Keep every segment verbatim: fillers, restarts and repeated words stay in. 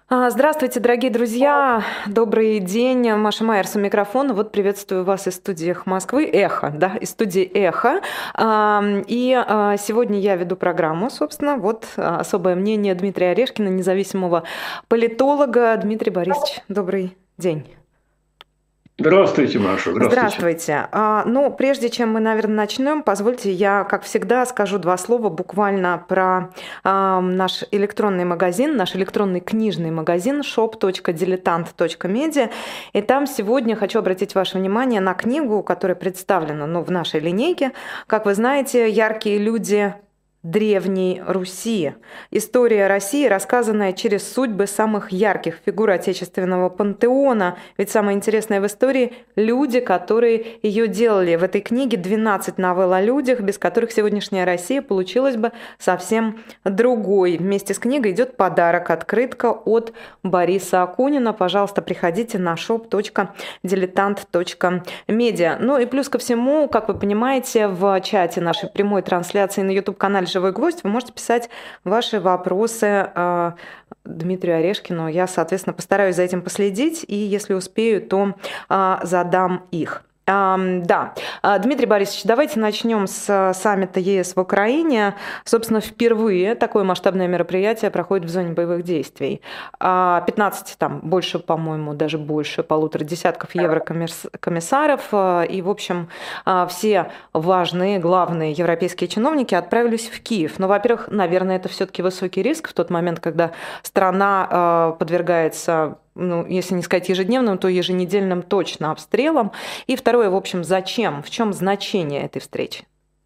А, Здравствуйте, дорогие друзья! Добрый день. Маша Майерс у микрофона. Вот приветствую вас из студии «Эхо Москвы». «Эхо», да, из студии «Эхо». Ам, И а, сегодня я веду программу, собственно, вот а, особое мнение Дмитрия Орешкина, независимого политолога. Дмитрий Борисович, добрый день. Здравствуйте, Маша, здравствуйте. Здравствуйте. А, Ну, прежде чем мы, наверное, начнем, позвольте, я, как всегда, скажу два слова буквально про а, наш электронный магазин, наш электронный книжный магазин shop точка diletant точка media. И там сегодня хочу обратить ваше внимание на книгу, которая представлена, ну, в нашей линейке. Как вы знаете, «Яркие люди Древней Руси». История России, рассказанная через судьбы самых ярких фигур отечественного пантеона. Ведь самое интересное в истории — люди, которые ее делали. В этой книге двенадцать новелл о людях, без которых сегодняшняя Россия получилась бы совсем другой. Вместе с книгой идет подарок, открытка от Бориса Акунина. Пожалуйста, приходите на shop точка diletant точка media. Ну и плюс ко всему, как вы понимаете, в чате нашей прямой трансляции на YouTube-канале «Живой гвоздь» вы можете писать ваши вопросы э, Дмитрию Орешкину. Я, соответственно, постараюсь за этим последить, и если успею, то э, задам их. Ам, Да, А, Дмитрий Борисович, давайте начнем с э, саммита ЕС в Украине. Собственно, впервые такое масштабное мероприятие проходит в зоне боевых действий. А, пятнадцать, там, больше, по-моему, даже больше полутора десятков еврокомиссаров. э, И, в общем, а, все важные, главные европейские чиновники отправились в Киев. Но, во-первых, наверное, это все-таки высокий риск в тот момент, когда страна э, подвергается, ну, если не сказать ежедневным, то еженедельным точно обстрелам. И второе, в общем, зачем? В чем значение этой встречи?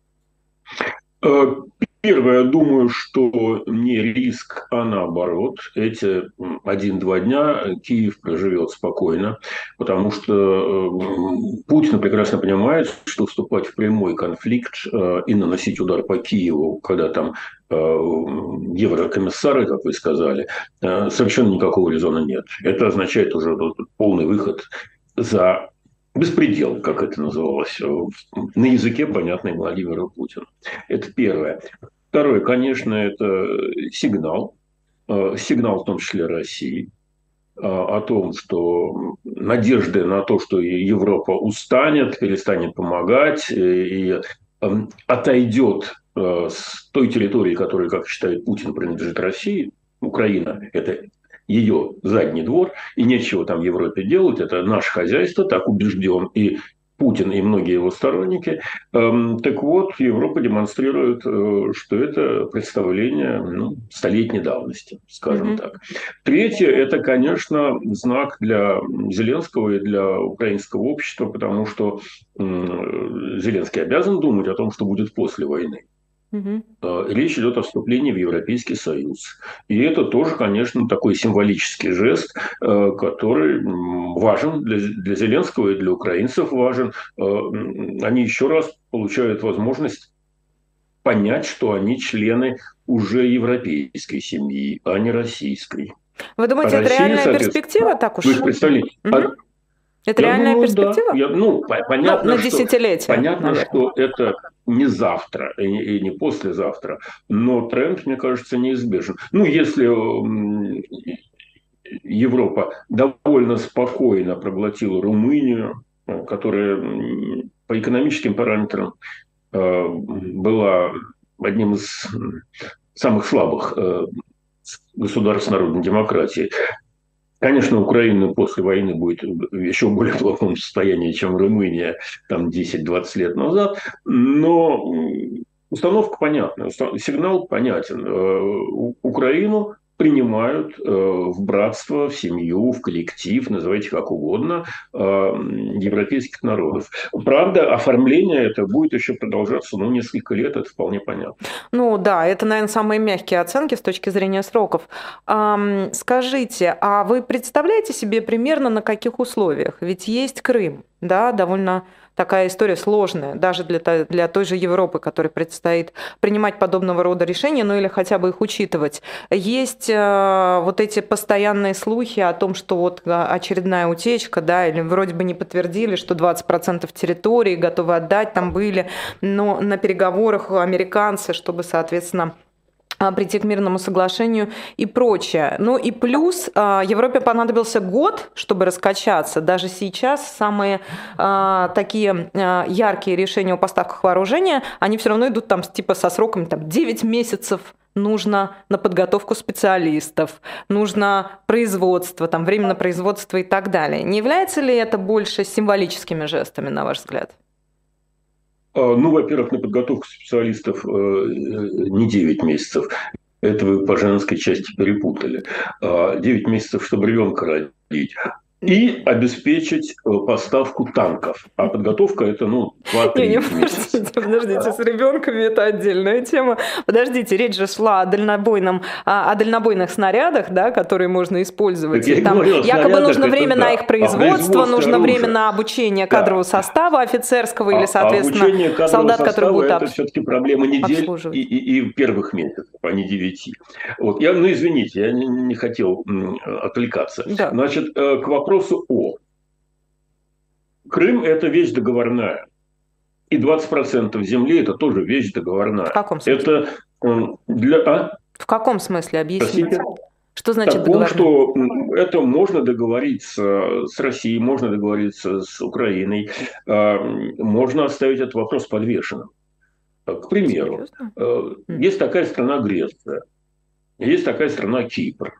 Э, Первое, думаю, что не риск, а наоборот. Эти м, один-два дня Киев проживет спокойно, потому что э, Путин прекрасно понимает, что вступать в прямой конфликт э, и наносить удар по Киеву, когда там э, еврокомиссары, как вы сказали, э, совершенно никакого резона нет. Это означает уже вот полный выход за беспредел, как это называлось, э, на языке, понятный Владимиру Путину. Это первое. Второе, конечно, это сигнал, э, сигнал в том числе России, э, о том, что надежды на то, что Европа устанет, перестанет помогать и э, отойдет э, с той территории, которая, как считает Путин, принадлежит России, Украина, это ее задний двор, и нечего там Европе делать, это наше хозяйство, так убежден и Путин, и многие его сторонники. Эм, Так вот, Европа демонстрирует, э, что это представление, ну, столетней давности, скажем Мгм. так. Третье – это, конечно, знак для Зеленского и для украинского общества, потому что м, Зеленский обязан думать о том, что будет после войны. Мгм. Э, Речь идет о вступлении в Европейский Союз. И это тоже, конечно, такой символический жест, э, который м, важен для, для Зеленского и для украинцев важен. Э, м, Они еще раз получают возможность понять, что они члены уже европейской семьи, а не российской. Вы А думаете, это Россия, реальная соответственно, перспектива, так вы уж? их представляете? Мгм. А Это я реальная думаю, да. перспектива? Я, ну, по- Ну, на понятно, что, десятилетие, понятно, наверное. что это не завтра и не, и не послезавтра, но тренд, мне кажется, неизбежен. Ну, если м, Европа довольно спокойно проглотила Румынию, э, которая м, по экономическим параметрам э, была одним из самых слабых э, государств народной демократии. Конечно, Украина после войны будет в еще более плохом состоянии, чем Румыния там десять-двадцать лет назад, но установка понятна, сигнал понятен. Э, Украину принимают э, в братство, в семью, в коллектив, называйте как угодно, э, европейских народов. Правда, оформление это будет еще продолжаться, ну, несколько лет, это вполне понятно. Ну да, это, наверное, самые мягкие оценки с точки зрения сроков. Ам, скажите, а вы представляете себе примерно на каких условиях? Ведь есть Крым, да, довольно такая история сложная, даже для, та- для той же Европы, которой предстоит принимать подобного рода решения, ну или хотя бы их учитывать. Есть э, вот эти постоянные слухи о том, что вот э, очередная утечка, да, или вроде бы не подтвердили, что двадцать процентов территории готовы отдать, там были, но на переговорах американцы, чтобы, соответственно, прийти к мирному соглашению и прочее. Ну и плюс Европе понадобился год, чтобы раскачаться. Даже сейчас самые такие яркие решения о поставках вооружения, они все равно идут там типа со сроком там, девять месяцев нужно на подготовку специалистов, нужно производство, там, время на производство и так далее. Не является ли это больше символическими жестами, на ваш взгляд? Ну, во-первых, на подготовку специалистов не девять месяцев. Это вы по женской части перепутали. девять месяцев, чтобы ребенка родить. И обеспечить поставку танков. А подготовка это, ну, два-три месяца. Подождите, с ребенками это отдельная тема. Подождите, речь же шла о дальнобойном, о дальнобойных снарядах, да, которые можно использовать. И там говорю, якобы нужно время на их производство, нужно оружия. время на обучение кадрового да. состава офицерского или, соответственно, а солдат, которые будут это все-таки проблема недель и, и, и первых месяцев, а не девяти. Вот. Я, ну, извините, я не, не хотел отвлекаться. Да. Значит, к вопросу вопросу о. Крым – это вещь договорная. И двадцать процентов земли – это тоже вещь договорная. В каком смысле? Это для... А? В каком смысле? Объясните. Простите? Что значит Таком, договорная? что это можно договориться с Россией, можно договориться с Украиной, можно оставить этот вопрос подвешенным. К примеру, Серьезно? Есть такая страна Греция, есть такая страна Кипр.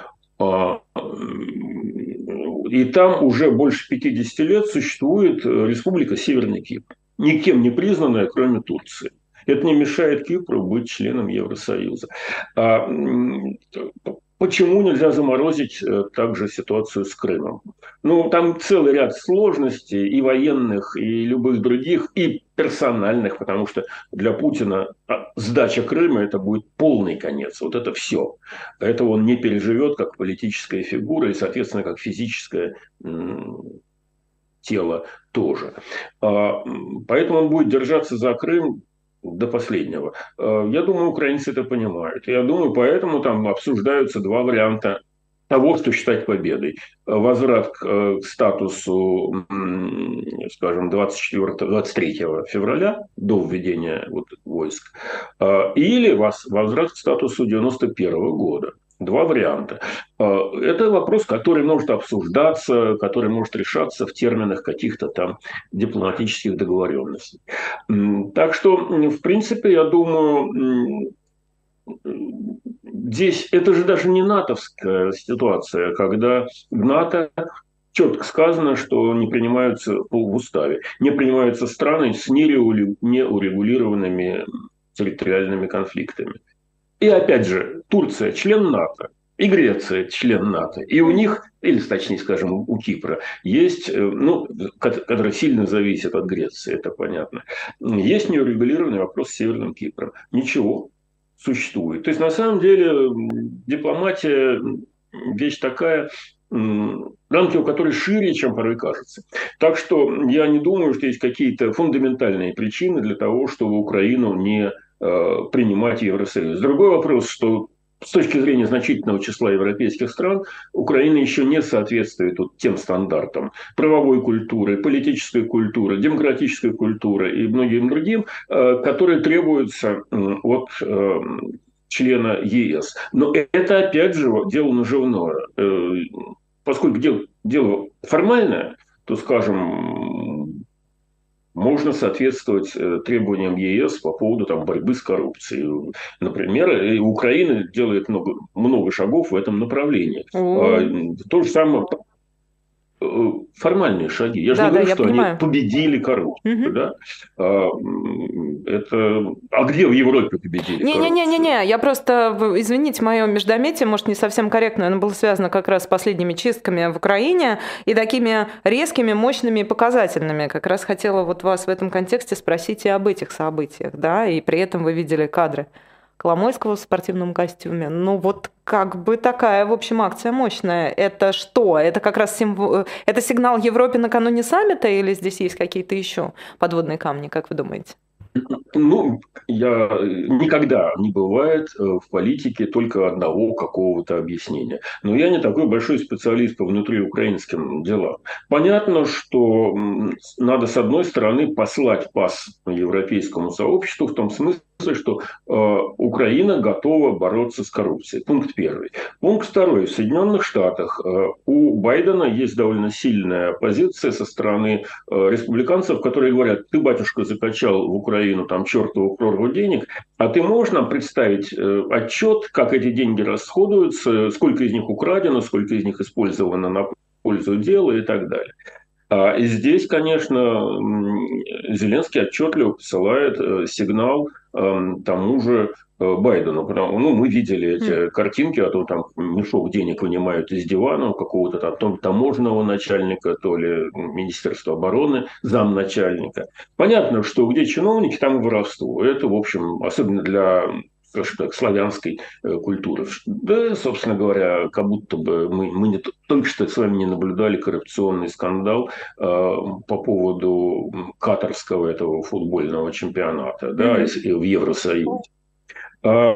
И там уже больше пятидесяти лет существует Республика Северный Кипр, никем не признанная, кроме Турции. Это не мешает Кипру быть членом Евросоюза. А почему нельзя заморозить также ситуацию с Крымом? Ну, там целый ряд сложностей, и военных, и любых других, и персональных, потому что для Путина сдача Крыма – это будет полный конец. Вот это все. Этого он не переживет как политическая фигура и, соответственно, как физическое тело тоже. Поэтому он будет держаться за Крым до последнего. Я думаю, украинцы это понимают. Я думаю, поэтому там обсуждаются два варианта того, что считать победой. Возврат к статусу, скажем, двадцать четвёртого - двадцать третьего февраля, до введения вот войск, или возврат к статусу девяносто первого года. Два варианта. Это вопрос, который может обсуждаться, который может решаться в терминах каких-то там дипломатических договоренностей. Так что, в принципе, я думаю, здесь это же даже не натовская ситуация, когда в НАТО четко сказано, что не принимаются в уставе, не принимаются страны с неурегулированными территориальными конфликтами. И опять же, Турция член НАТО, и Греция член НАТО. И у них, или точнее скажем, у Кипра, есть, ну, который сильно зависит от Греции, это понятно, есть неурегулированный вопрос с Северным Кипром. Ничего. Существует. То есть, на самом деле, дипломатия вещь такая, рамки у которой шире, чем порой кажется. Так что я не думаю, что есть какие-то фундаментальные причины для того, чтобы Украину не принимать в Евросоюз. Другой вопрос, что с точки зрения значительного числа европейских стран, Украина еще не соответствует вот тем стандартам правовой культуры, политической культуры, демократической культуры и многим другим, которые требуются от члена ЕС. Но это, опять же, дело наживное. Поскольку дело, дело формальное, то, скажем, можно соответствовать требованиям ЕС по поводу там, борьбы с коррупцией. Например, и Украина делает много, много шагов в этом направлении. Mm. То же самое формальные шаги. Я же да, не говорю, да, что они победили коррупцию. Угу. Да? Это... А где в Европе победили не, коррупцию? Не-не-не, я просто, извините, мое междометие, может, не совсем корректно, оно было связано как раз с последними чистками в Украине и такими резкими, мощными и показательными. Как раз хотела вот вас в этом контексте спросить и об этих событиях, да, и при этом вы видели кадры Коломойского в спортивном костюме. Ну вот как бы такая, в общем, акция мощная. Это что? Это как раз символ... это сигнал Европе накануне саммита или здесь есть какие-то еще подводные камни, как вы думаете? Ну, я никогда не бывает э, в политике только одного какого-то объяснения. Но я не такой большой специалист по внутриукраинским делам. Понятно, что м, надо, с одной стороны, послать пас европейскому сообществу в том смысле, что э, Украина готова бороться с коррупцией. Пункт первый. Пункт второй. В Соединенных Штатах э, у Байдена есть довольно сильная позиция со стороны э, республиканцев, которые говорят: ты, батюшка, закачал в Украину там чертову прорву денег, а ты можешь нам представить э, отчет, как эти деньги расходуются, сколько из них украдено, сколько из них использовано на пользу дела и так далее. А здесь, конечно, Зеленский отчетливо посылает э, сигнал эм, тому же э, Байдену. Потому, ну, мы видели эти картинки, а то там мешок денег вынимают из дивана у какого-то там то ли таможенного начальника, то ли Министерства обороны, замначальника. Понятно, что где чиновники, там и воровство. Это, в общем, особенно для, скажем так, славянской э, культуры. Да, собственно говоря, как будто бы мы, мы не, только что с вами не наблюдали коррупционный скандал э, по поводу катарского этого футбольного чемпионата, да, Мгм. в Евросоюзе. А,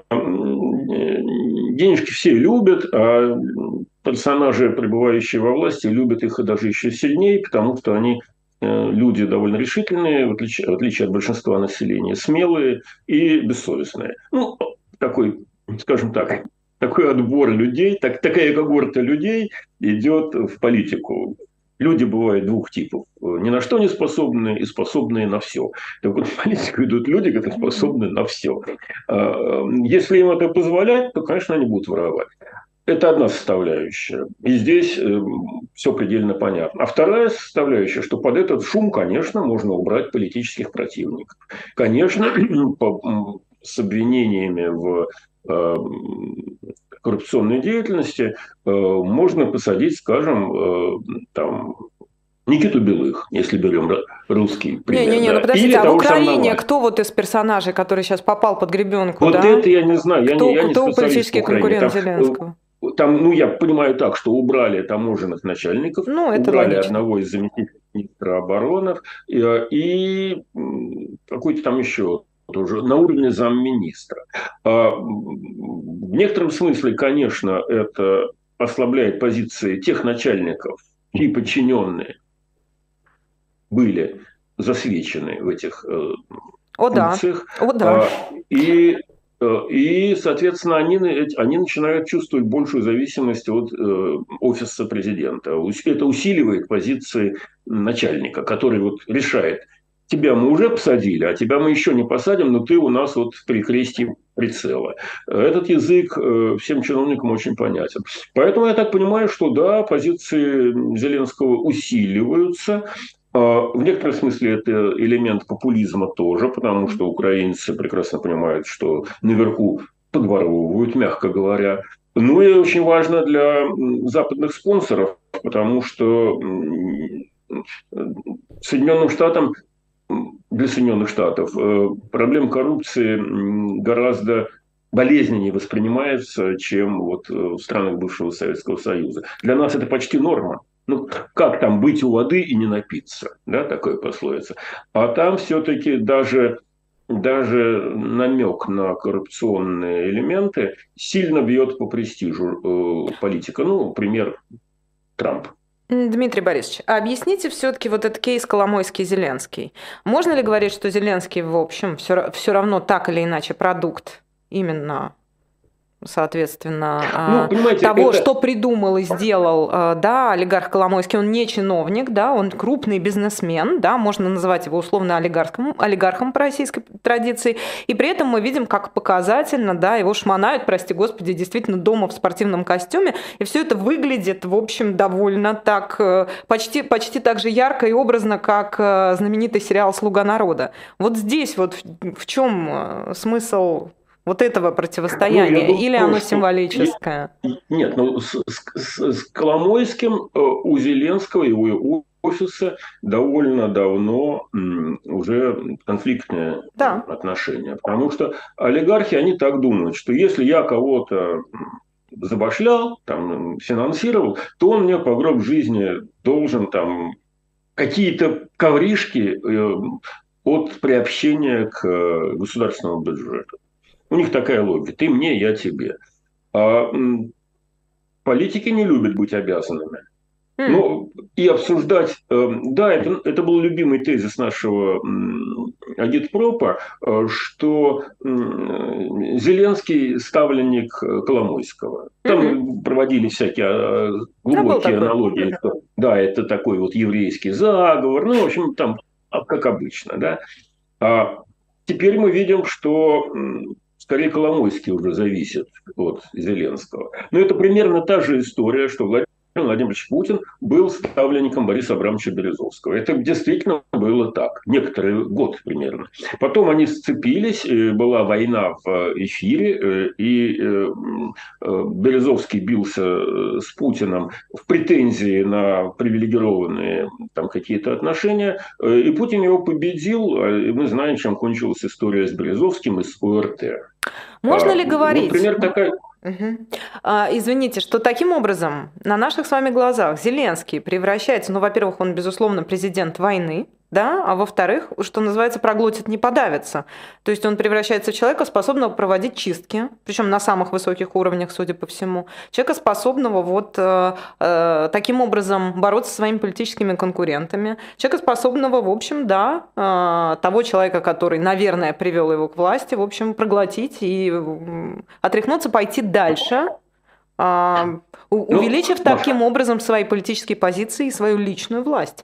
денежки все любят, а персонажи, пребывающие во власти, любят их и даже еще сильнее, потому что они э, люди довольно решительные, в отличие, в отличие от большинства населения, смелые и бессовестные. Ну, такой, скажем так, такой отбор людей, так, такая когорта людей идет в политику. Люди бывают двух типов. Ни на что не способные и способные на все. Так вот, в политику идут люди, которые способны на все. Если им это позволять, то, конечно, они будут воровать. Это одна составляющая. И здесь э, все предельно понятно. А вторая составляющая, что под этот шум, конечно, можно убрать политических противников. Конечно, по, с обвинениями в э, коррупционной деятельности э, можно посадить, скажем, э, там, Никиту Белых, если берем русский пример, Не-не-не, ну да, или подождите, а в того же самого Украине Навального. кто вот из персонажей, который сейчас попал под гребенку, Вот да? это я не знаю, я не, Кто, я не кто специалист по политический Украине. конкурент Там, Зеленского? э, там, ну, я понимаю так, что убрали таможенных начальников, Ну, это убрали логично. одного из заместителей министра обороны э, и какой-то там еще тоже на уровне замминистра. А, в некотором смысле, конечно, это ослабляет позиции тех начальников, чьи подчиненные были засвечены в этих э, О да, функциях. о да. А, И, э, и соответственно, они, они начинают чувствовать большую зависимость от э, офиса президента. Это усиливает позиции начальника, который вот решает: тебя мы уже посадили, а тебя мы еще не посадим, но ты у нас вот в перекрестии прицела. Этот язык э, всем чиновникам очень понятен. Поэтому я так понимаю, что да, позиции Зеленского усиливаются. А, В некотором смысле это элемент популизма тоже, потому что украинцы прекрасно понимают, что наверху подворовывают, мягко говоря. Ну и очень важно для западных спонсоров, потому что Соединенным Штатам, для Соединенных Штатов э, проблема коррупции гораздо болезненнее воспринимается, чем вот э, в странах бывшего Советского Союза. Для нас это почти норма. Ну, как там быть у воды и не напиться, да, такое пословица. А там все-таки даже, даже намек на коррупционные элементы сильно бьет по престижу э, политика. Ну, пример Трамп. Дмитрий Борисович, а объясните все-таки вот этот кейс Коломойский-Зеленский. Можно ли говорить, что Зеленский, в общем, все, все равно так или иначе продукт именно, Ну, соответственно, понимаете, того, это что придумал и сделал, да, олигарх Коломойский? Он не чиновник, да, он крупный бизнесмен, да, можно называть его условно олигархом, олигархом по российской традиции, и при этом мы видим, как показательно, да, его шмонают, прости господи, действительно дома в спортивном костюме, и все это выглядит, в общем, довольно так, э, почти, почти так же ярко и образно, как э, знаменитый сериал «Слуга народа». Вот здесь вот в, в чем э, смысл вот этого Ну, я противостояния, или думаю, оно что... символическое? Нет, ну, с, с- с Коломойским э, у Зеленского и у офиса довольно давно м, уже конфликтные м, Да. отношения. Потому что олигархи, они так думают, что если я кого-то м, забашлял, там, м, финансировал, то он мне по гроб жизни должен там какие-то ковришки э, от приобщения к э, государственному бюджету. У них такая логика. Ты мне, я тебе. А м, политики не любят быть обязанными. М, Ну, и обсуждать, э, да, это, это был любимый тезис нашего м, агитпропа, э, что м, Зеленский ставленник э, Коломойского. мгм. Там проводили всякие э, Да, был глубокие такой. аналогии, что да, это такой вот еврейский заговор, ну, в общем, там, а, как обычно, да. А теперь мы видим, что м, скорее Коломойский уже зависит от Зеленского. Но это примерно та же история, что Владимир Владимирович Путин был ставленником Бориса Абрамовича Березовского. Это действительно было так, некоторый год примерно. Потом они сцепились, была война в эфире, и э, э, Березовский бился э, с Путиным в претензии на привилегированные там какие-то отношения, э, и Путин его победил, и мы знаем, чем кончилась история с Березовским и с ОРТ. Можно А, ли вот говорить, пример такая. Мгм. А, извините, что таким образом на наших с вами глазах Зеленский превращается, ну, во-первых, он, безусловно, президент войны, да, а во-вторых, что называется, проглотит, не подавится. То есть он превращается в человека, способного проводить чистки, причем на самых высоких уровнях, судя по всему. Человека, способного вот э, э, таким образом бороться со своими политическими конкурентами. Человека, способного, в общем, да, э, того человека, который, наверное, привел его к власти, в общем, проглотить и м, отряхнуться, пойти дальше, а, у- Ну, увеличив Маша, таким образом свои политические позиции и свою личную власть.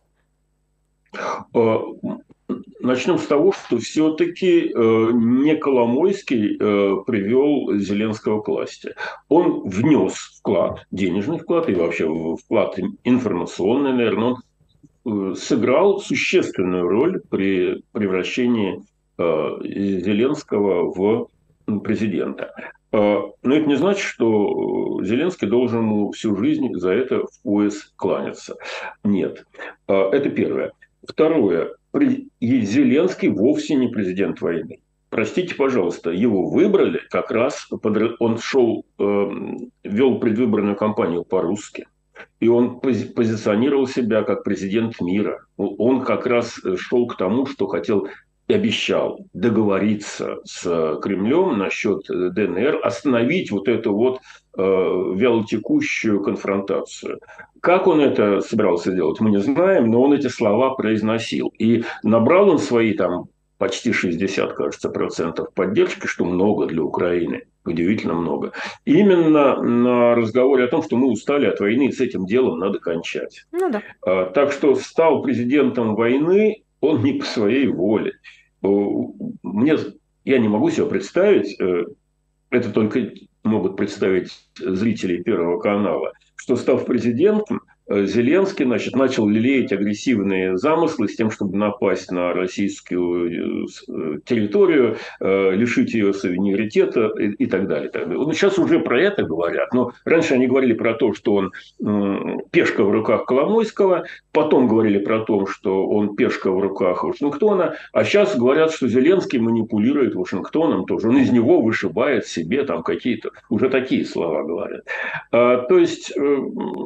э, начнем с того, что все-таки э, не Коломойский э, привел Зеленского к власти. Он внес вклад, денежный вклад и вообще вклад информационный, наверное, он э, сыграл существенную роль при превращении э, Зеленского в президента. Э, Но это не значит, что Зеленский должен ему всю жизнь за это в пояс кланяться. Нет. Э, Это первое. Второе. Зеленский вовсе не президент войны. Простите, пожалуйста, его выбрали как раз, под, он шел, э, вел предвыборную кампанию по-русски. И он пози- позиционировал себя как президент мира. Он как раз шел к тому, что хотел и обещал договориться с Кремлем насчет ДНР, остановить вот эту вот э, вялотекущую конфронтацию. Как он это собирался делать, мы не знаем, но он эти слова произносил. И набрал он свои там почти шестьдесят, кажется, процентов поддержки, что много для Украины, удивительно много. Именно на разговоре о том, что мы устали от войны, и с этим делом надо кончать. Ну да. А, Так что стал президентом войны он не по своей воле. Мне, я не могу себе представить, э, это только могут представить зрители Первого канала, что, став президентом, э, Зеленский, значит, начал лелеять агрессивные замыслы с тем, чтобы напасть на российскую э, территорию, э, лишить ее суверенитета и, и так далее. Так далее. Вот сейчас уже про это говорят, но раньше они говорили про то, что он м, пешка в руках Коломойского, потом говорили про то, что он пешка в руках Вашингтона, а сейчас говорят, что Зеленский манипулирует Вашингтоном тоже. Он из него вышибает себе там какие-то, уже такие слова говорят. А, то есть э,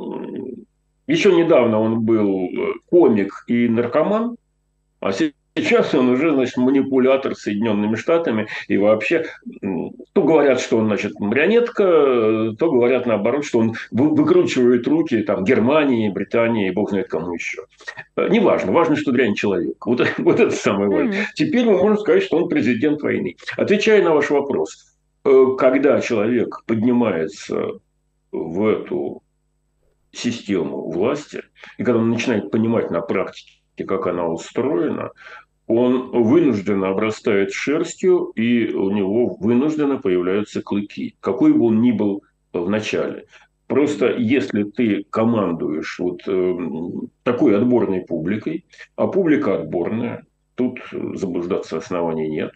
еще недавно он был э, комик и наркоман, а сейчас он уже, значит, манипулятор Соединенными Штатами. И вообще, то говорят, что он, значит, марионетка, то говорят наоборот, что он выкручивает руки там, Германии, Британии, бог знает кому еще. Неважно, важно, что дрянь человек. Вот, вот это самое важное. М. Теперь мы можем сказать, что он президент войны. Отвечая на ваш вопрос, когда человек поднимается в эту систему власти, и когда он начинает понимать на практике, как она устроена, он вынужденно обрастает шерстью, и у него вынужденно появляются клыки, какой бы он ни был в начале. Просто если ты командуешь вот э, такой отборной публикой, а публика отборная, тут заблуждаться оснований нет,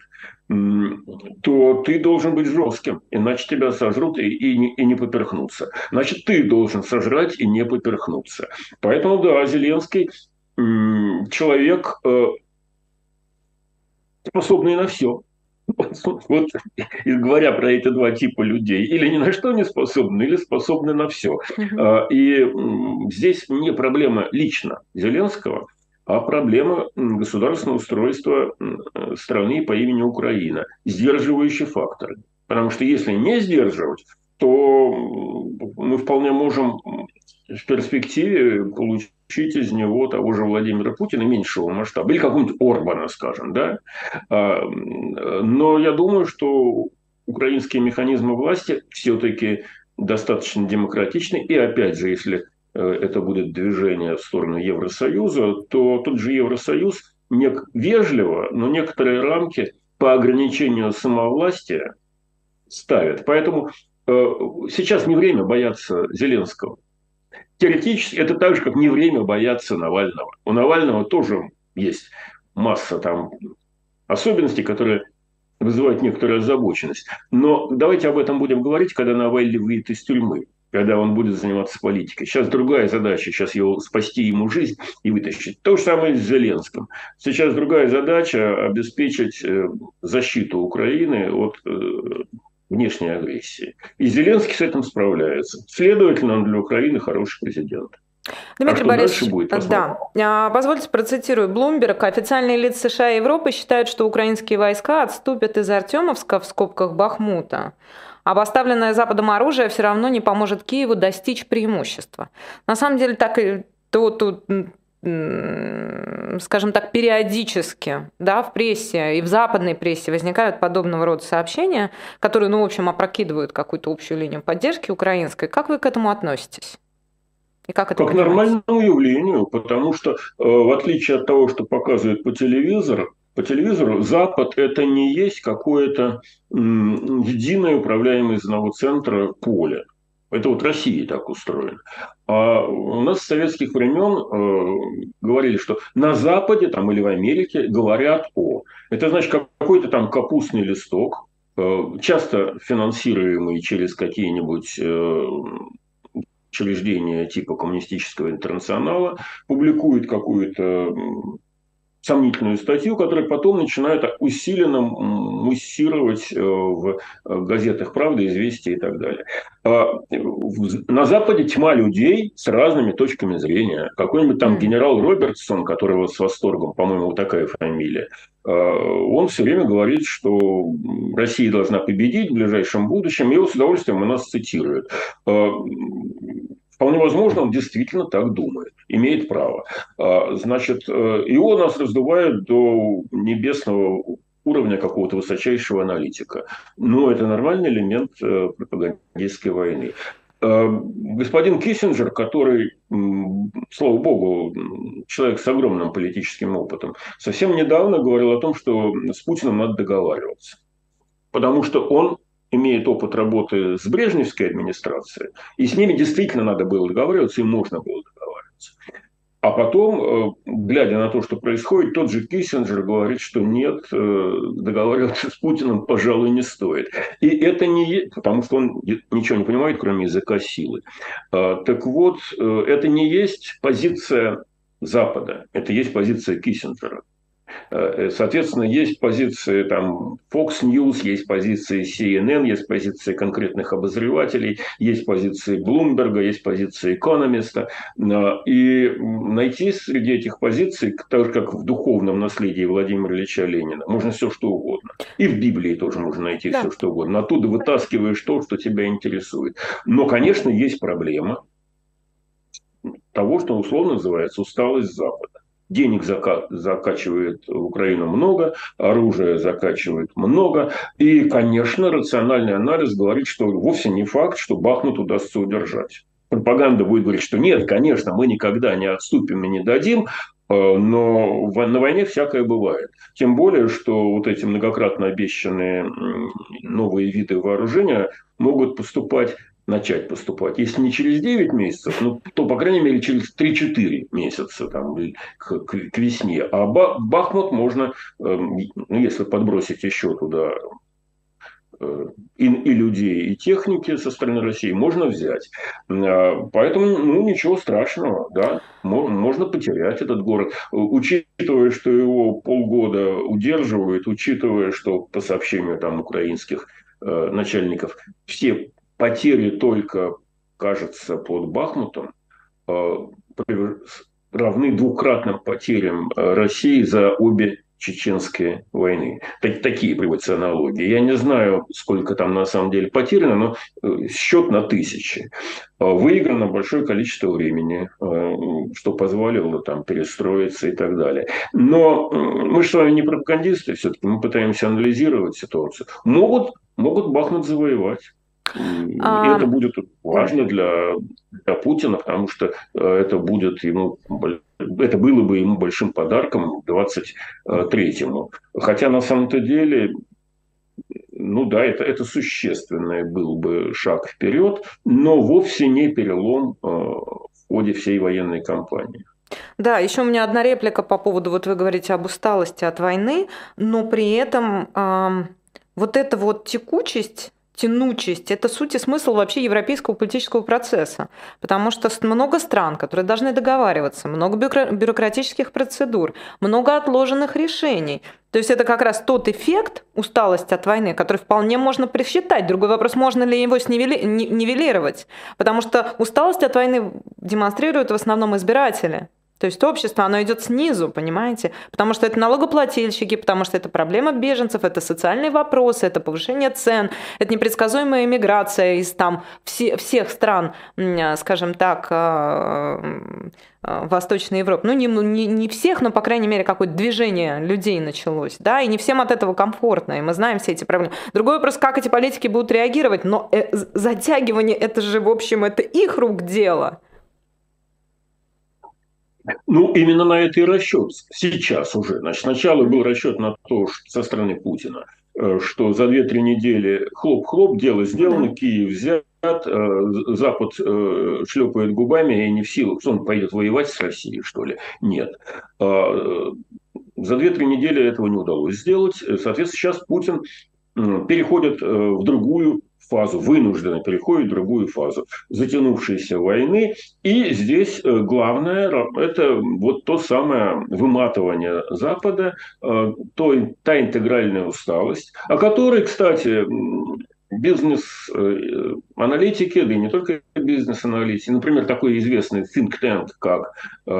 то ты должен быть жестким, иначе тебя сожрут и, и, не, и не поперхнуться. Значит, ты должен сожрать и не поперхнуться. Поэтому, да, Зеленский человек, э, способный на все. Вот, говоря про эти два типа людей, или ни на что не способны, или способны на все. Мгм. И здесь не проблема лично Зеленского, а проблема государственного устройства страны по имени Украина, сдерживающий фактор. Потому что если не сдерживать, то мы вполне можем в перспективе получить из него того же Владимира Путина меньшего масштаба, или какого-нибудь Орбана, скажем, да. Но я думаю, что украинские механизмы власти все-таки достаточно демократичны. И опять же, если это будет движение в сторону Евросоюза, то тот же Евросоюз вежливо, но некоторые рамки по ограничению самовластия ставит. Поэтому сейчас не время бояться Зеленского. Теоретически это так же, как не время бояться Навального. У Навального тоже есть масса там особенностей, которые вызывают некоторую озабоченность. Но давайте об этом будем говорить, когда Навальный выйдет из тюрьмы, когда он будет заниматься политикой. Сейчас другая задача, сейчас его спасти ему жизнь и вытащить. То же самое с Зеленским. Сейчас другая задача – обеспечить защиту Украины от внешней агрессии. И Зеленский с этим справляется. Следовательно, он для Украины хороший президент. Дмитрий а Борисович, будет, да. Позвольте процитирую Блумберг. Официальные лица США и Европы считают, что украинские войска отступят из Артемовска, в скобках Бахмута, а поставленное Западом оружие все равно не поможет Киеву достичь преимущества. На самом деле, так и то тут, скажем так, периодически, да, в прессе и в западной прессе возникают подобного рода сообщения, которые, ну, в общем, опрокидывают какую-то общую линию поддержки украинской. Как вы к этому относитесь? И как это как нормальному явлению, потому что, в отличие от того, что показывают по телевизору, по телевизору Запад – это не есть какое-то единое управляемое из одного центра поле. Это вот Россия так устроена. А у нас с советских времен э, говорили, что на Западе там, или в Америке говорят о. Это значит какой-то там капустный листок, э, часто финансируемый через какие-нибудь э, учреждения типа Коммунистического интернационала, публикует какую-то сомнительную статью, которую потом начинают усиленно муссировать в газетах «Правда», «Известия» и так далее. На Западе тьма людей с разными точками зрения. Какой-нибудь там генерал Робертсон, которого с восторгом, по-моему, вот такая фамилия, он все время говорит, что Россия должна победить в ближайшем будущем, и его с удовольствием у нас цитируют. Вполне возможно, он действительно так думает, имеет право. Значит, его нас раздувают до небесного уровня какого-то высочайшего аналитика. Но это нормальный элемент пропагандистской войны. Господин Киссинджер, который, слава богу, человек с огромным политическим опытом, совсем недавно говорил о том, что с Путиным надо договариваться. Потому что он имеет опыт работы с брежневской администрацией, и с ними действительно надо было договариваться, и можно было договариваться. А потом, глядя на то, что происходит, тот же Киссинджер говорит, что нет, договариваться с Путиным, пожалуй, не стоит. И это не... Потому что он ничего не понимает, кроме языка силы. Так вот, это не есть позиция Запада, это есть позиция Киссинджера. Соответственно, есть позиции там, Fox News, есть позиции си эн эн, есть позиции конкретных обозревателей, есть позиции Блумберга, есть позиции Экономиста. И найти среди этих позиций, так же как в духовном наследии Владимира Ильича Ленина, можно все что угодно. И в Библии тоже можно найти да. все что угодно. Оттуда вытаскиваешь то, что тебя интересует. Но, конечно, есть проблема того, что условно называется усталость Запада. Денег зака- закачивает в Украину много, оружия закачивает много. И, конечно, рациональный анализ говорит, что вовсе не факт, что Бахмут удастся удержать. Пропаганда будет говорить, что нет, конечно, мы никогда не отступим и не дадим, но на войне всякое бывает. Тем более, что вот эти многократно обещанные новые виды вооружения могут поступать начать поступать. Если не через девять месяцев, ну, то, по крайней мере, через три-четыре месяца там, к, к, к весне. А Бахмут можно, э, ну, если подбросить еще туда э, и, и людей, и техники со стороны России, можно взять. Э, поэтому, ну, ничего страшного, да, можно потерять этот город. Учитывая, что его полгода удерживают, учитывая, что по сообщению там украинских э, начальников все потери только, кажется, под Бахмутом равны двукратным потерям э, России за обе чеченские войны. Так, такие приводятся аналогии. Я не знаю, сколько там на самом деле потеряно, но э, счет на тысячи. Э, Выиграно большое количество времени, э, что позволило там перестроиться и так далее. Но э, мы же с вами не пропагандисты, все-таки мы пытаемся анализировать ситуацию. Могут, могут бахнуть завоевать. И это А, будет важно для, для Путина, потому что э, это будет ему, это было бы ему большим подарком к двадцать третьему. Хотя на самом-то деле, ну да, это, это существенный был бы шаг вперед, но вовсе не перелом э, в ходе всей военной кампании. Да, еще у меня одна реплика по поводу, вот вы говорите об усталости от войны, но при этом ам, вот эта вот текучесть, тянучесть– это суть и смысл вообще европейского политического процесса. Потому что с- много стран, которые должны договариваться, много бюкра- бюрократических процедур, много отложенных решений. То есть это как раз тот эффект усталости от войны, который вполне можно присчитать. Другой вопрос, можно ли его снивели- ни- нивелировать. Потому что усталость от войны демонстрируют в основном избиратели. То есть общество, оно идет снизу, понимаете? Потому что это налогоплательщики, потому что это проблема беженцев, это социальные вопросы, это повышение цен, это непредсказуемая иммиграция из там все, всех стран, м, скажем так, э, э, Восточной Европы. Ну, не, не, не всех, но, по крайней мере, какое-то движение людей началось, да, и не всем от этого комфортно, и мы знаем все эти проблемы. Другой вопрос, как эти политики будут реагировать, но э, затягивание, это же, в общем, это их рук дело. Ну, именно на это и расчет сейчас уже. Значит, сначала был расчет на то, что со стороны Путина, э, что за две-три недели хлоп-хлоп, дело Ну да. сделано, Киев взят, э, Запад э, шлепает губами и не в силах. Что он пойдет воевать с Россией, что ли? Нет. А, За две-три недели этого не удалось сделать. Соответственно, сейчас Путин переходит э, в другую фазу, вынужденно переходит в другую фазу затянувшейся войны. И здесь э, главное – это вот то самое выматывание Запада, э, то, та интегральная усталость, о которой, кстати, бизнес-аналитики, да и не только бизнес-аналитики, например, такой известный think tank, как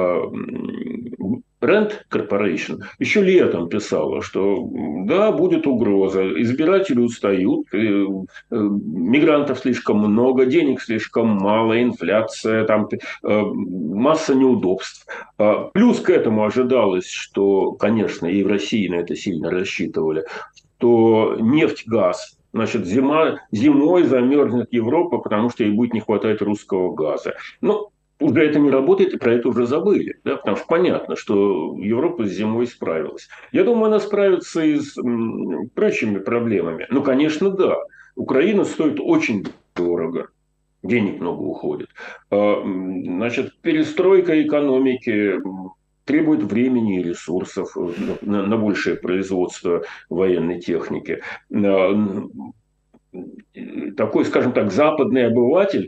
Rand Corporation, еще летом писала, что да, будет угроза, избиратели устают, мигрантов слишком много, денег слишком мало, инфляция, там масса неудобств. Плюс к этому ожидалось, что, конечно, и в России на это сильно рассчитывали, что нефть, газ, значит, зима, зимой замерзнет Европа, потому что ей будет не хватать русского газа. Ну, уже это не работает, и про это уже забыли. Да? Потому что понятно, что Европа с зимой справилась. Я думаю, она справится и с м, прочими проблемами. Ну, конечно, да. Украина стоит очень дорого. Денег много уходит. А, Значит, перестройка экономики требует времени и ресурсов на, на большее производство военной техники. А, Такой, скажем так, западный обыватель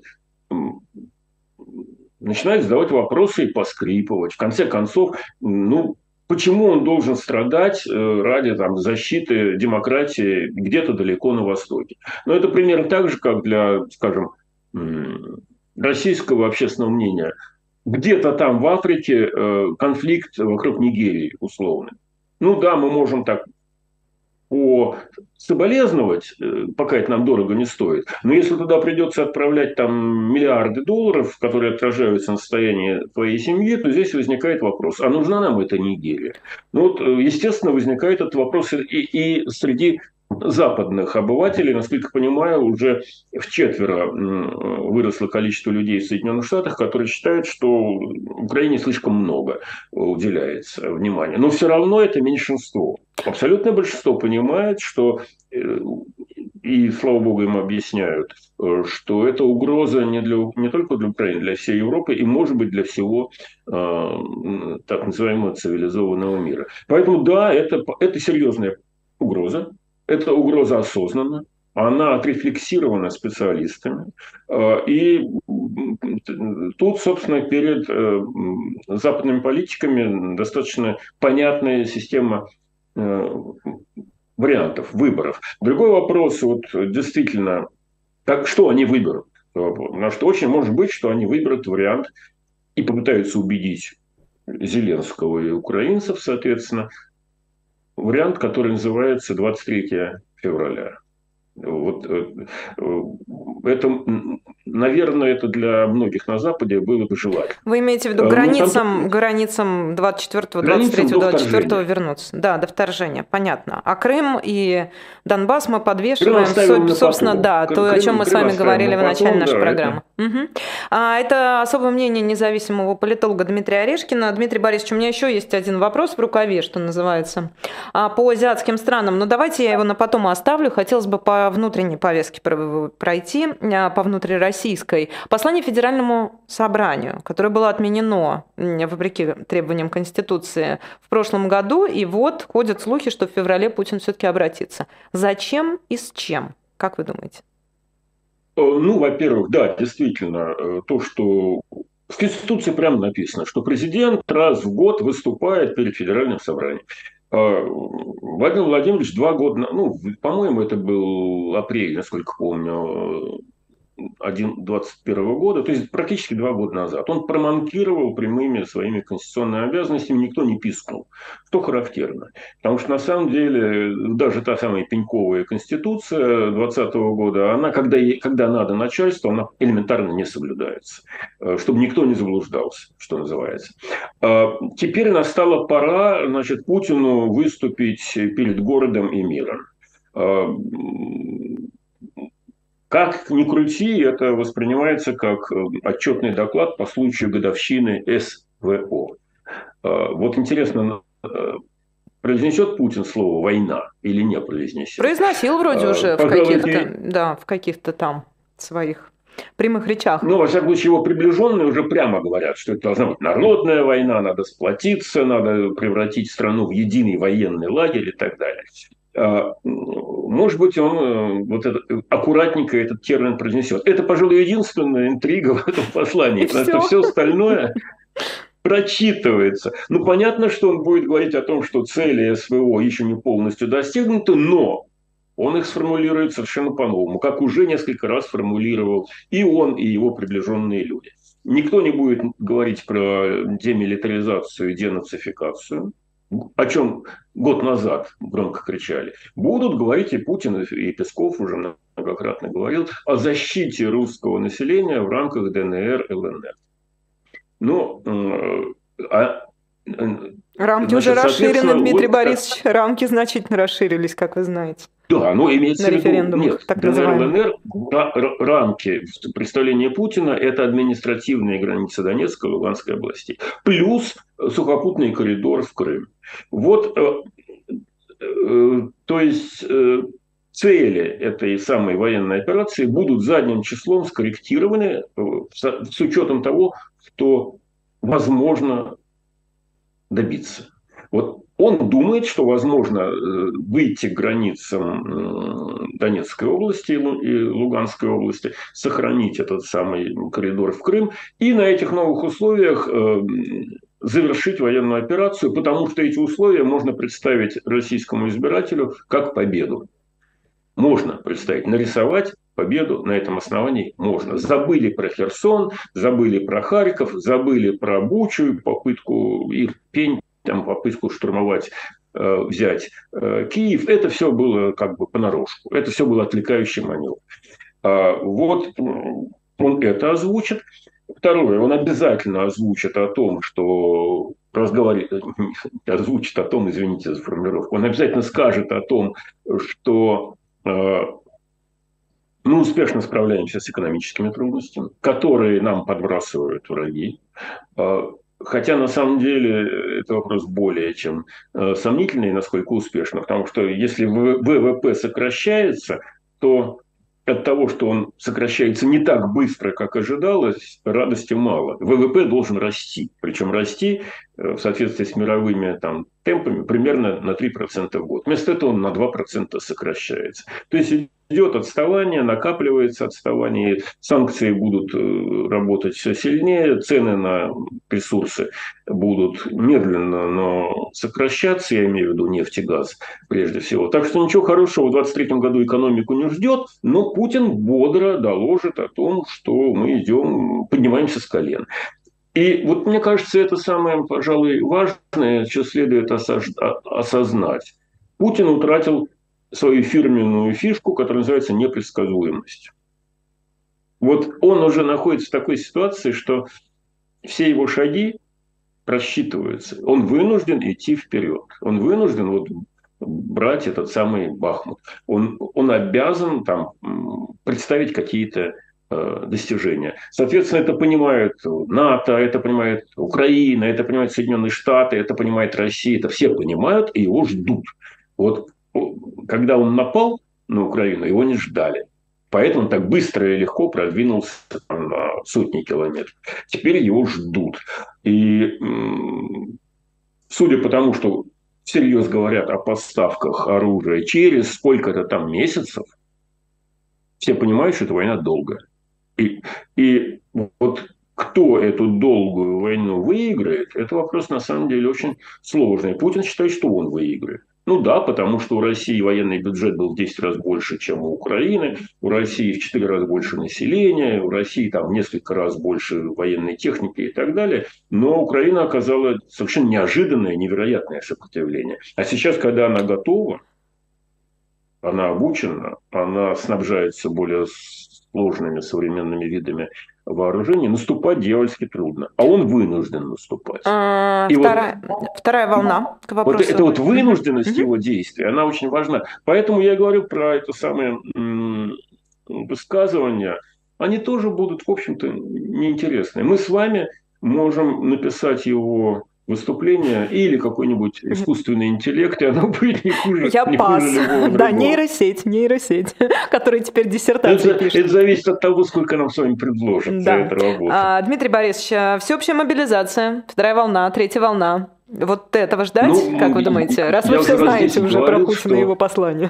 начинает задавать вопросы и поскрипывать. В конце концов, ну, почему он должен страдать э, ради там, защиты демократии где-то далеко на Востоке? Но это примерно так же, как для, скажем, российского общественного мнения. Где-то там в Африке э, конфликт вокруг Нигерии, условно. Ну да, мы можем так по соболезновать, э, пока это нам дорого не стоит. Но если туда придется отправлять там миллиарды долларов, которые отражаются на состоянии твоей семьи, то здесь возникает вопрос, а нужна нам эта Нигерия? Ну вот, э, естественно, возникает этот вопрос и, и среди западных обывателей, насколько понимаю, уже в четверо выросло количество людей в Соединенных Штатах, которые считают, что Украине слишком много уделяется внимания. Но все равно это меньшинство. Абсолютное большинство понимает, что, э, и слава богу им объясняют, э, что это угроза не, для, не только для Украины, для всей Европы и, может быть, для всего э, так называемого цивилизованного мира. Поэтому, да, это, это серьезная угроза, это угроза осознанна, она отрефлексирована специалистами. Э, И тут, собственно, перед э, западными политиками достаточно понятная система э, вариантов, выборов. Другой вопрос, вот действительно, как, что они выберут? Потому что очень может быть, что они выберут вариант и попытаются убедить Зеленского и украинцев, соответственно, вариант, который называется двадцать третьего февраля. Вот э, э, это, наверное, это для многих на Западе было бы желательно. Вы имеете в виду Э, Ну, там границам, границам двадцать четвёртого, двадцать границам третьего, до двадцать четвёртого вторжения. вернуться? Да, до вторжения, понятно. А Крым и Донбасс мы Крым подвешиваем, оставим со- на собственно, потом. да, то, о чем Крым, мы с Крым вами оставим говорили на в начале потом, нашей да, программы. это... Мгм. А, это особое мнение независимого политолога Дмитрия Орешкина. Дмитрий Борисович, у меня еще есть один вопрос в рукаве, что называется, а, по азиатским странам. Но давайте я его на потом оставлю. Хотелось бы по внутренней повестке про- пройти, а, по внутрироссийской. Послание Федеральному собранию, которое было отменено, м, вопреки требованиям Конституции, в прошлом году. И вот ходят слухи, что в феврале Путин все-таки обратится. Зачем и с чем? Как вы думаете? Э, Ну, во-первых, да, действительно, э, то, что в Конституции прямо написано, что президент раз в год выступает перед Федеральным собранием. А, Владимир Владимирович два года, на- ну, по-моему, это был апрель, насколько помню, двадцать первого года, то есть практически два года назад, он проманкировал прямыми своими конституционными обязанностями, никто не пискнул, что характерно. Потому что на самом деле даже та самая пеньковая конституция двадцатого года, она, когда, ей- когда надо начальство, она элементарно не соблюдается, э, чтобы никто не заблуждался, что называется. А Теперь настала пора, значит, Путину выступить перед городом и миром. А, Как ни крути, это воспринимается как э, отчетный доклад по случаю годовщины СВО. Э, Вот интересно, э, произнесет Путин слово «война» или не произнесет? Произносил вроде Э, уже в Пожалуй, каких-то, это, да, в каких-то там своих прямых речах. ну, во всяком случае, его приближенные уже прямо говорят, что это должна быть народная война, надо сплотиться, надо превратить страну в единый военный лагерь и так далее. А, Может быть, он э, вот это, аккуратненько этот термин произнесет. Это, пожалуй, единственная интрига в этом И послании, потому что все. все остальное прочитывается. Ну, понятно, что он будет говорить о том, что цели СВО еще не полностью достигнуты, но он их сформулирует совершенно по-новому, как уже несколько раз формулировал и он, и его приближенные люди. Никто не будет говорить про демилитаризацию и денацификацию, о чем год назад громко кричали. Будут говорить и Путин, и Песков уже многократно говорил о защите русского населения в рамках ДНР, ЛНР. Ну, э, а, э, Рамки уже значит, расширены, соответственно, Дмитрий логика... Борисович. Рамки значительно расширились, как вы знаете, Да, но на имеется в виду, референдумах, нет, так ДНР, называемых. ЛНР, ра- ра- рамки в представлении Путина – это административные границы Донецкой и Луганской областей, плюс сухопутный коридор в Крым. Вот, э, э, то есть, э, цели этой самой военной операции будут задним числом скорректированы э, с, с учетом того, что возможно добиться. Вот он думает, что возможно э, выйти к границам э, Донецкой области и Луганской области, сохранить этот самый коридор в Крым и на этих новых условиях э, завершить военную операцию, потому что эти условия можно представить российскому избирателю как победу. Можно представить, нарисовать победу на этом основании можно. Забыли про Херсон, забыли про Харьков, забыли про Бучу, попытку Ирпень, там, попытку штурмовать, э, взять э, Киев. Это все было как бы понарошку. Это все было отвлекающий маневр. А, вот он это озвучит. Второе, он обязательно озвучит о том, что разговаривает, озвучит о том, извините за формулировку, он обязательно скажет о том, что э, мы успешно справляемся с экономическими трудностями, которые нам подбрасывают враги. А, Хотя на самом деле это вопрос более чем э, сомнительный, насколько успешно, потому что если ВВП сокращается, то от того, что он сокращается не так быстро, как ожидалось, радости мало. ВВП должен расти, причем расти э, в соответствии с мировыми там, темпами примерно на три процента в год. Вместо этого он на два процента сокращается. То есть идет отставание, накапливается отставание, санкции будут э, работать все сильнее, цены на ресурсы будут медленно, но сокращаться, я имею в виду нефть и газ прежде всего. Так что ничего хорошего в двадцать третьем году экономику не ждет, но Путин бодро доложит о том, что мы идем, поднимаемся с колен. И вот мне кажется, это самое, пожалуй, важное, что следует осознать. Путин утратил свою фирменную фишку, которая называется непредсказуемость. Вот он уже находится в такой ситуации, что все его шаги просчитываются. Он вынужден идти вперед. Он вынужден вот брать этот самый Бахмут. Он, он обязан там представить какие-то э, достижения. Соответственно, это понимают НАТО, это понимает Украина, это понимают Соединенные Штаты, это понимает Россия. Это все понимают и его ждут. Вот когда он напал на Украину, его не ждали. Поэтому он так быстро и легко продвинулся там, на сотни километров. Теперь его ждут. И судя по тому, что всерьез говорят о поставках оружия через сколько-то там месяцев, все понимают, что эта война долгая. И, и вот кто эту долгую войну выиграет, это вопрос на самом деле очень сложный. Путин считает, что он выиграет. Ну да, потому что у России военный бюджет был в десять раз больше, чем у Украины, у России в четыре раза больше населения, у России там в несколько раз больше военной техники и так далее. Но Украина оказала совершенно неожиданное, невероятное сопротивление. А сейчас, когда она готова, она обучена, она снабжается более сложными современными видами вооружений, наступать дьявольски трудно. А он вынужден наступать. А, И вторая, вот, вторая волна к вопросу. Вот эта вот вынужденность его действия, она очень важна. Поэтому я говорю про это самое высказывание. Они тоже будут, в общем-то, неинтересны. Мы с вами можем написать его выступление или какой-нибудь искусственный интеллект, и оно будет не хуже, Я не пас. хуже любого Да, другого. нейросеть, нейросеть, которая теперь диссертации это, пишет. Это зависит от того, сколько нам с вами предложат за Да. эту работу. А, Дмитрий Борисович, всеобщая мобилизация, вторая волна, третья волна. Вот этого ждать, Ну, как вы думаете? Раз вы все знаете уже про говорил, Путина и его послание.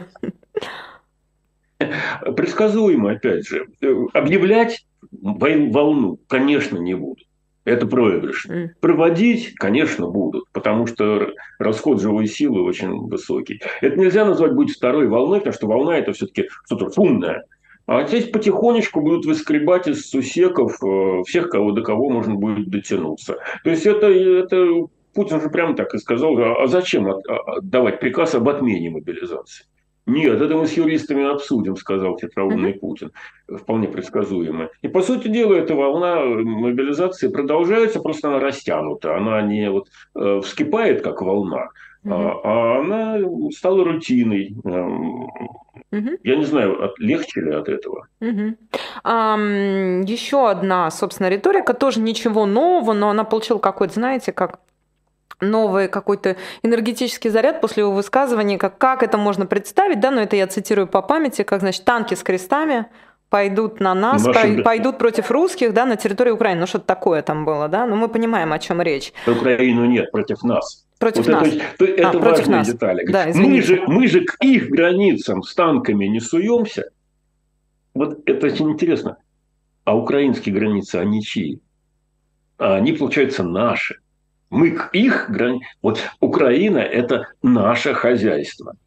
Предсказуемо, опять же. Объявлять волну, конечно, не будут. Это проигрыш. Mm. Проводить, конечно, будут, потому что расход живой силы очень высокий. Это нельзя назвать будет второй волной, потому что волна – это все-таки что-то шумное. А здесь потихонечку будут выскребать из сусеков всех, кого, до кого можно будет дотянуться. То есть это, это Путин же прямо так и сказал, а зачем отдавать приказ об отмене мобилизации? Нет, это мы с юристами обсудим, сказал хитроумный mm-hmm. Путин. Вполне предсказуемо. И, по сути дела, эта волна мобилизации продолжается, просто она растянута. Она не вот, э, вскипает, как волна, mm-hmm. а, а она стала рутиной. Mm-hmm. Я не знаю, от, легче ли от этого. Mm-hmm. Um, еще одна, собственно, риторика. Тоже ничего нового, но она получила какой-то, знаете, как... новый какой-то энергетический заряд после его высказывания, как, как это можно представить, да, но это я цитирую по памяти, как, значит, танки с крестами пойдут на нас, Наши... пойдут против русских, да, на территории Украины, ну что-то такое там было, да, но мы понимаем, о чем речь. Украину нет, против нас. Против вот нас. Это, это а, против важная нас. деталь. Да, мы, же, мы же к их границам с танками не суемся. Вот это очень интересно. А украинские границы, они чьи? А они, получается, наши. Мы к их границам... Вот Украина – это наше хозяйство.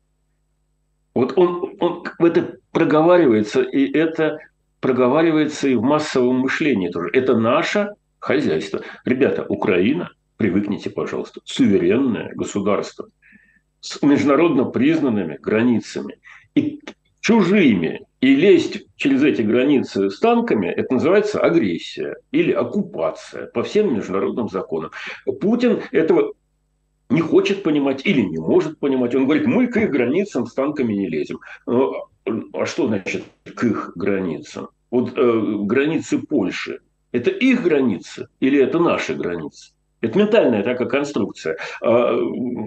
Вот он, он это проговаривается, и это проговаривается и в массовом мышлении тоже. Это наше хозяйство. Ребята, Украина, привыкните, пожалуйста, суверенное государство с международно признанными границами. И чужими. И лезть через эти границы с танками, это называется агрессия или оккупация по всем международным законам. Путин этого не хочет понимать или не может понимать. Он говорит, мы к их границам с танками не лезем. А что значит к их границам? Вот э, границы Польши. Это их границы или это наши границы? Это ментальная такая конструкция. А,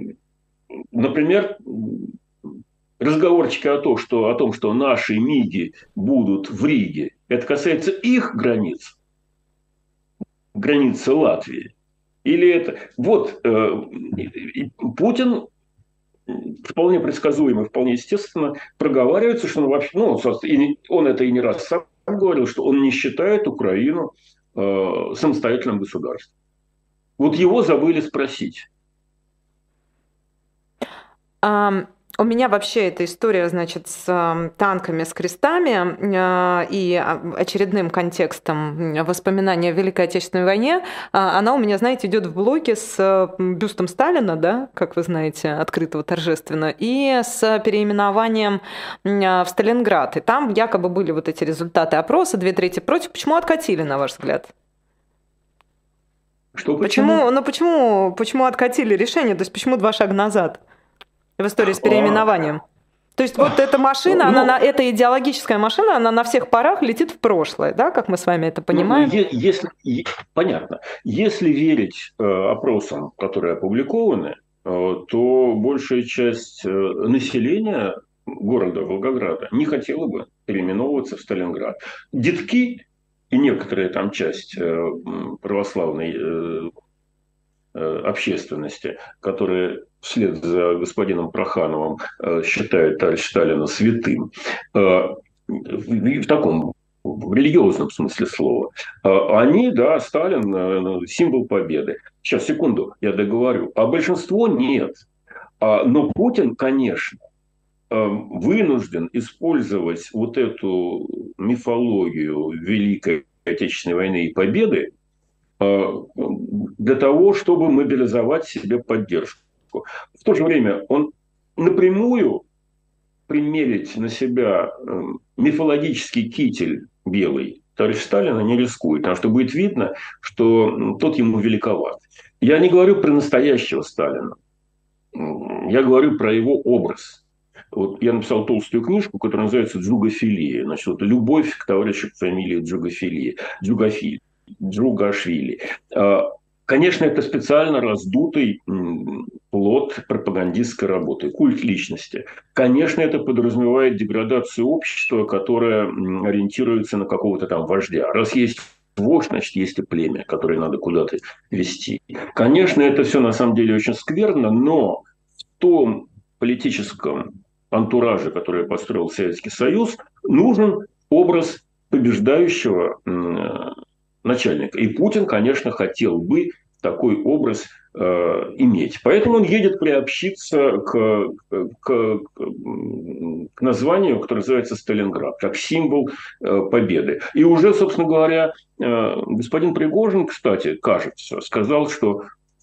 например, разговорчики о том, что, о том, что наши МИГи будут в Риге, это касается их границ, границы Латвии. Или это... Вот, э, Путин вполне предсказуемо, вполне естественно проговаривается, что он вообще... Ну, он это и не раз сам говорил, что он не считает Украину э, самостоятельным государством. Вот его забыли спросить. Um... У меня вообще эта история, значит, с э, танками, с крестами э, и а, очередным контекстом м, воспоминания о Великой Отечественной войне, а, она у меня, знаете, идет в блоке с э, бюстом Сталина, да, как вы знаете, открытого торжественно, и с переименованием м, а, в Сталинград. И там якобы были вот эти результаты опроса, две трети против. Почему откатили, на ваш взгляд? Что Почему, почему? ну почему, почему откатили решение, то есть почему два шага назад в истории с А, переименованием? То есть вот эта машина, она на, ну, эта идеологическая машина, она на всех парах летит в прошлое, да, как мы с вами это Ну, ну, понимаем? е- если, е- понятно. Если верить э, опросам, которые опубликованы, э, то большая часть э, населения города Волгограда не хотела бы переименовываться в Сталинград. Детки и некоторая там часть э, м, православной э, э, общественности, которые вслед за господином Прохановым э, считают товарища Сталина святым, э, в, в таком в религиозном смысле слова, а они, да, Сталин э, символ победы. Сейчас, секунду, я договорю. А большинство нет. А, но Путин, конечно, э, вынужден использовать вот эту мифологию Великой Отечественной войны и победы э, для того, чтобы мобилизовать себе поддержку. В то же время он напрямую примерить на себя э, мифологический китель белый товарищ Сталина не рискует, потому что будет видно, что тот ему великоват. Я не говорю про настоящего Сталина, я говорю про его образ. Вот я написал толстую книжку, которая называется «Джугофилия». Значит, вот любовь к товарищу по фамилии Джугофилия. Джугофи, Джугашвили. А, конечно, это специально раздутый плод пропагандистской работы, культ личности. Конечно, это подразумевает деградацию общества, которое ориентируется на какого-то там вождя. Раз есть вождь, значит, есть и племя, которое надо куда-то вести. Конечно, это все на самом деле очень скверно, но в том политическом антураже, который построил Советский Союз, нужен образ побеждающего начальника. И Путин, конечно, хотел бы такой образ э, иметь. Поэтому он едет приобщиться к, к, к названию, которое называется Сталинград, как символ э, победы. И уже, собственно говоря, э, господин Пригожин, кстати, кажется, сказал, что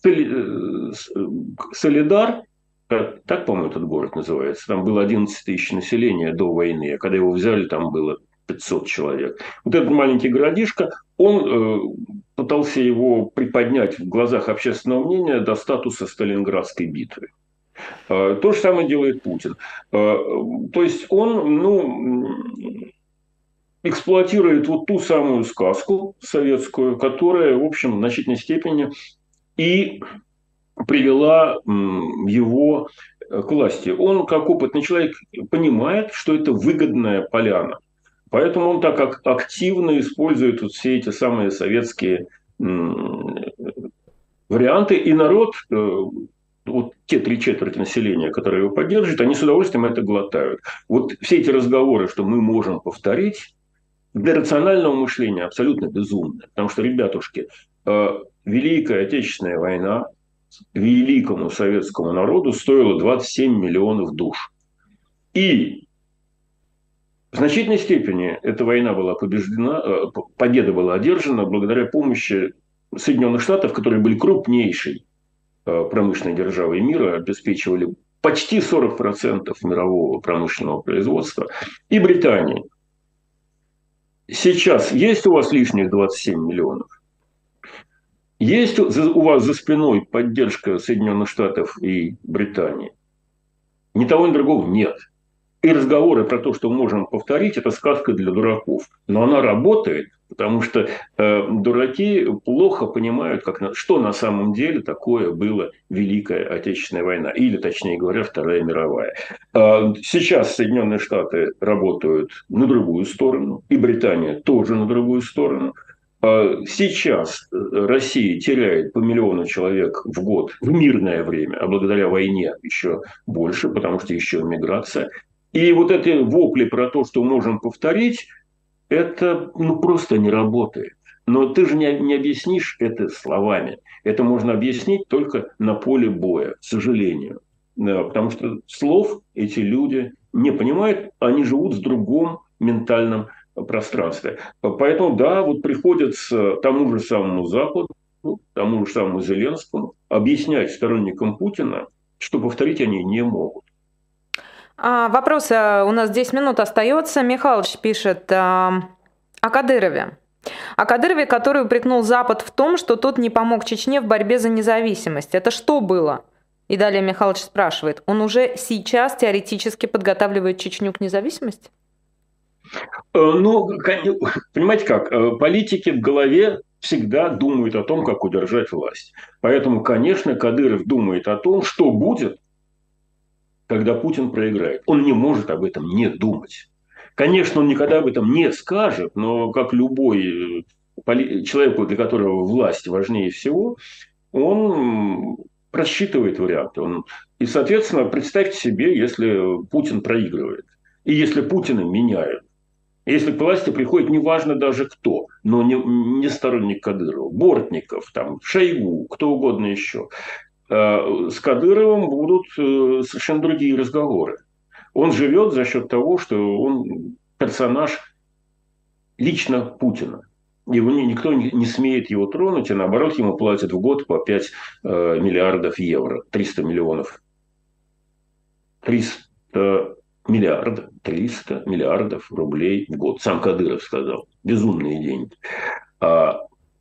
Солидар, так, по-моему, этот город называется, там было одиннадцать тысяч населения до войны, а когда его взяли, там было пятьсот человек. Вот этот маленький городишко, он э, пытался его приподнять в глазах общественного мнения до статуса Сталинградской битвы. Э, то же самое делает Путин. Э, то есть он, ну, эксплуатирует вот ту самую сказку советскую, которая, в общем, в значительной степени и привела его к власти. Он, как опытный человек, понимает, что это выгодная поляна. Поэтому он так как активно использует вот все эти самые советские варианты. И народ, э, вот те три четверти населения, которые его поддерживают, они с удовольствием это глотают. Вот все эти разговоры, что мы можем повторить, для рационального мышления абсолютно безумно. Потому что, ребятушки, э, Великая Отечественная война великому советскому народу стоила двадцать семь миллионов душ. И в значительной степени эта война была побеждена, победа была одержана благодаря помощи Соединенных Штатов, которые были крупнейшей промышленной державой мира, обеспечивали почти сорок процентов мирового промышленного производства, и Британии. Сейчас есть у вас лишних двадцать семь миллионов? Есть у вас за спиной поддержка Соединенных Штатов и Британии? Ни того, ни другого нет. И разговоры про то, что можем повторить, это сказка для дураков. Но она работает, потому что э, дураки плохо понимают, как, что на самом деле такое была Великая Отечественная война. Или, точнее говоря, Вторая мировая. Э, сейчас Соединенные Штаты работают на другую сторону. И Британия тоже на другую сторону. Сейчас Россия теряет по миллиону человек в год в мирное время, а благодаря войне еще больше, потому что еще миграция. И вот эти вопли про то, что можем повторить, это ну, просто не работает. Но ты же не, не объяснишь это словами. Это можно объяснить только на поле боя, к сожалению. Да, потому что слов эти люди не понимают, они живут в другом ментальном пространстве. Поэтому, да, вот приходится тому же самому Западу, тому же самому Зеленскому объяснять сторонникам Путина, что повторить они не могут. А, вопрос, а, у нас десять минут остается. Михалыч пишет а, о Кадырове. О Кадырове, который упрекнул Запад в том, что тот не помог Чечне в борьбе за независимость. Это что было? И далее Михалыч спрашивает, он уже сейчас теоретически подготавливает Чечню к независимости? Ну, понимаете как, политики в голове всегда думают о том, как удержать власть. Поэтому, конечно, Кадыров думает о том, что будет, когда Путин проиграет. Он не может об этом не думать. Конечно, он никогда об этом не скажет, но как любой человек, для которого власть важнее всего, он просчитывает варианты. Он... И, соответственно, представьте себе, если Путин проигрывает, и если Путина меняют. Если к власти приходит неважно даже кто, но не, не сторонник Кадырова, Бортников, там, Шойгу, кто угодно еще, с Кадыровым будут совершенно другие разговоры. Он живет за счет того, что он персонаж лично Путина. Его никто не смеет его тронуть, и наоборот ему платят в год по пять миллиардов евро, триста миллионов. триста миллиардов, триста миллиардов рублей в год. Сам Кадыров сказал. Безумные деньги. А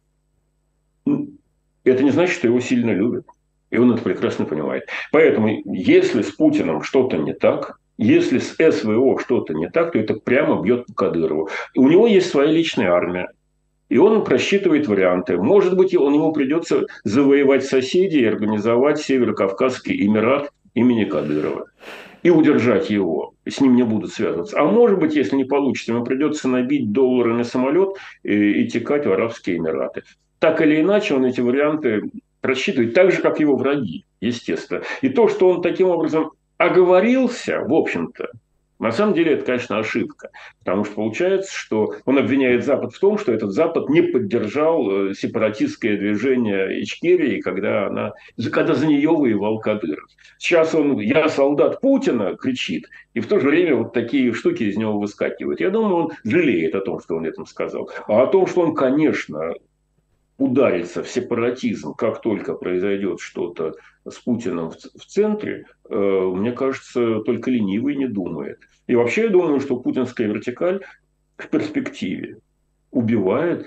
это не значит, что его сильно любят. И он это прекрасно понимает. Поэтому, если с Путиным что-то не так, если с СВО что-то не так, то это прямо бьет по Кадырову. И у него есть своя личная армия. И он просчитывает варианты. Может быть, он, ему придется завоевать соседей и организовать Северо-Кавказский Эмират имени Кадырова. И удержать его. С ним не будут связываться. А может быть, если не получится, ему придется набить доллары на самолет и, и текать в Арабские Эмираты. Так или иначе, он эти варианты просчитывает так же, как его враги, естественно. И то, что он таким образом оговорился, в общем-то, на самом деле это, конечно, ошибка. Потому что получается, что он обвиняет Запад в том, что этот Запад не поддержал сепаратистское движение Ичкерии, когда, она, когда за нее воевал Кадыров. Сейчас он «я солдат Путина» кричит, и в то же время вот такие штуки из него выскакивают. Я думаю, он жалеет о том, что он это сказал. А о том, что он, конечно, ударится в сепаратизм, как только произойдет что-то с Путиным в центре, мне кажется, только ленивый не думает. И вообще я думаю, что путинская вертикаль в перспективе убивает,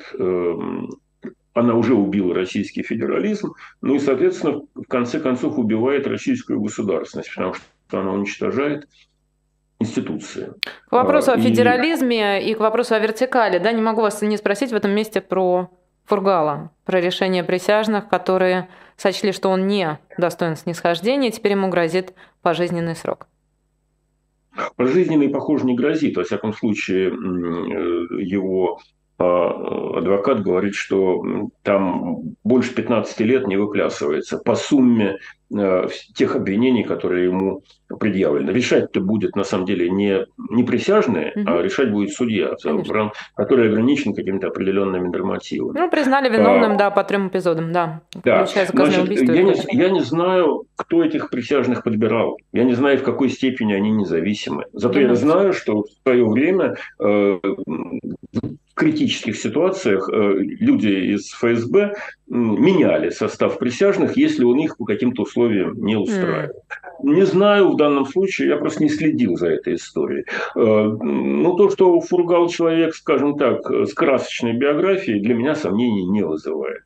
она уже убила российский федерализм, ну и, соответственно, в конце концов убивает российскую государственность, потому что она уничтожает институции. К вопросу о федерализме и к вопросу о вертикали, да, не могу вас не спросить в этом месте про Фургала, про решение присяжных, которые сочли, что он не достоин снисхождения, и теперь ему грозит пожизненный срок. Пожизненный, похоже, не грозит. Во всяком случае, его адвокат говорит, что там больше пятнадцати лет не выплясывается по сумме тех обвинений, которые ему предъявлены. Решать-то будет, на самом деле, не, не присяжные, угу. а решать будет судья, Конечно. который ограничен какими-то определенными нормативами. Ну, признали виновным, а, да, по трем эпизодам, да. Да, значит, я не, я не знаю, кто этих присяжных подбирал. Я не знаю, в какой степени они независимы. Зато Думаю, я знаю, что в свое время э, в критических ситуациях э, люди из ФСБ меняли состав присяжных, если у них по каким-то условиям не устраивает. Mm. Не знаю в данном случае, я просто не следил за этой историей. Но то, что Фургал человек, скажем так, с красочной биографией, для меня сомнений не вызывает.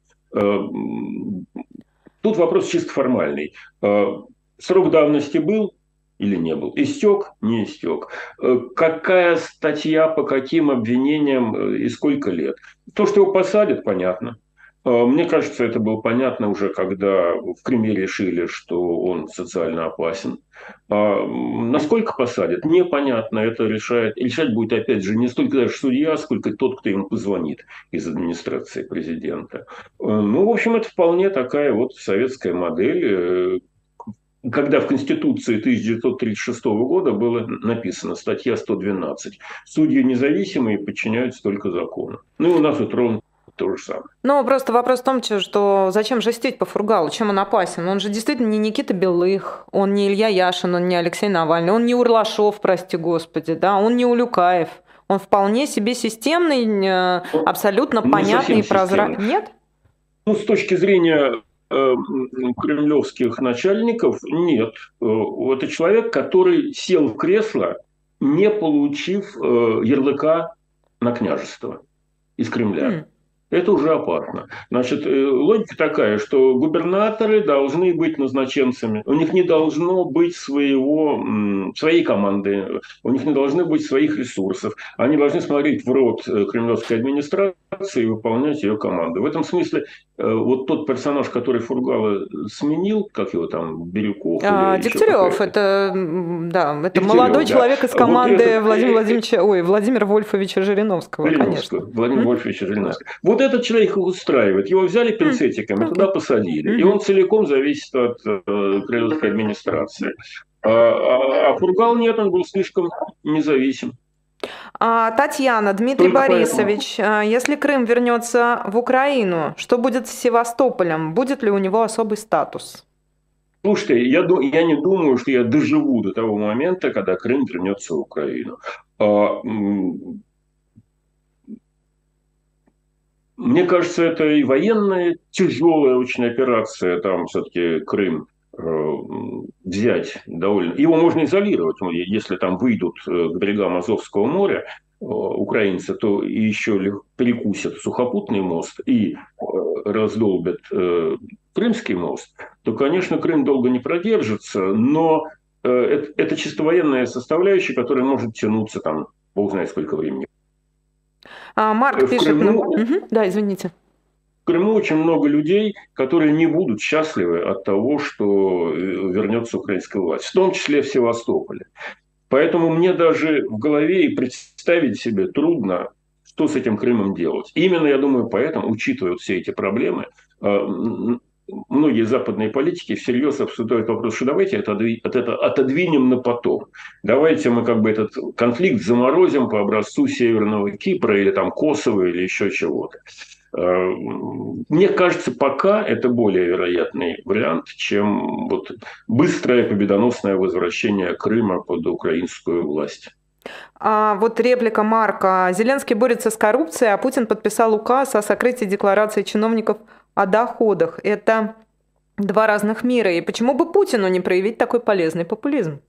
Тут вопрос чисто формальный. Срок давности был или не был? Истек? Не истек. Какая статья, по каким обвинениям и сколько лет? То, что его посадят, понятно. Мне кажется, это было понятно уже, когда в Кремле решили, что он социально опасен. А насколько посадят, непонятно. Это решает, решать будет, опять же, не столько даже судья, сколько тот, кто ему позвонит из администрации президента. Ну, в общем, это вполне такая вот советская модель, когда в Конституции тысяча девятьсот тридцать шестого года было написано, статья сто двенадцать, судьи независимые подчиняются только закону. Ну и у нас вот ровно то же самое. Ну, просто вопрос в том, чё- что зачем жестить по Фургалу, чем он опасен? Он же действительно не Никита Белых, он не Илья Яшин, он не Алексей Навальный, он не Урлашов, прости господи, да, он не Улюкаев. Он вполне себе системный, э, Ну, абсолютно не понятный совсем и прозрачный. системно. Нет? Ну, с точки зрения э, м, кремлевских начальников, нет. Э, Это человек, который сел в кресло, не получив э, ярлыка на княжество из Кремля. М. Это уже опасно. Значит, э, логика такая, что губернаторы должны быть назначенцами. У них не должно быть своего, м, своей команды, у них не должны быть своих ресурсов. Они должны смотреть в рот э, кремлевской администрации и выполнять ее команду. В этом смысле э, вот тот персонаж, который Фургала сменил, как его там, Бирюков А, или еще Дегтярев, какая-то. это, м, да, это Дегтярев, молодой да. человек из Вот команды этот, Владимира э, Владимировича, ой, Владимира Вольфовича Жириновского, Жириновского, конечно. Владимира М? Вольфовича Да. Жириновского. Вот этот человек их устраивает. Его взяли М, пинцетиками, туда окей. посадили. И он Мгм. целиком зависит от э, кремлевской администрации. А, а, а Фургал нет, он был слишком независим. А, Татьяна, Дмитрий Только поэтому. Борисович, а, если Крым вернется в Украину, что будет с Севастополем? Будет ли у него особый статус? Слушайте, я, ду- я не думаю, что я доживу до того момента, когда Крым вернется в Украину. А, м, Мне кажется, это и военная тяжелая очень операция, там все-таки Крым э, взять довольно. Его можно изолировать, ну, если там выйдут э, к берегам Азовского моря э, украинцы, то и еще лег- перекусят сухопутный мост и э, раздолбят э, Крымский мост, то, конечно, Крым долго не продержится, но э, это, это чисто военная составляющая, которая может тянуться там, бог знает сколько времени. А, Марк В пишет нам. Крыму Мгм, да, извините. В Крыму очень много людей, которые не будут счастливы от того, что э, вернется украинская власть, в том числе в Севастополе. Поэтому мне даже в голове и представить себе трудно, что с этим Крымом делать. Именно, я думаю, поэтому, учитывая вот все эти проблемы, э, многие западные политики всерьез обсуждают вопрос, что давайте это отодвинем на потом. Давайте мы как бы этот конфликт заморозим по образцу Северного Кипра или там Косово или еще чего-то. Мне кажется, пока это более вероятный вариант, чем вот быстрое победоносное возвращение Крыма под украинскую власть. А, вот реплика Марка. Зеленский борется с коррупцией, а Путин подписал указ о сокрытии декларации чиновников о доходах. Это два разных мира. И почему бы Путину не проявить такой полезный популизм?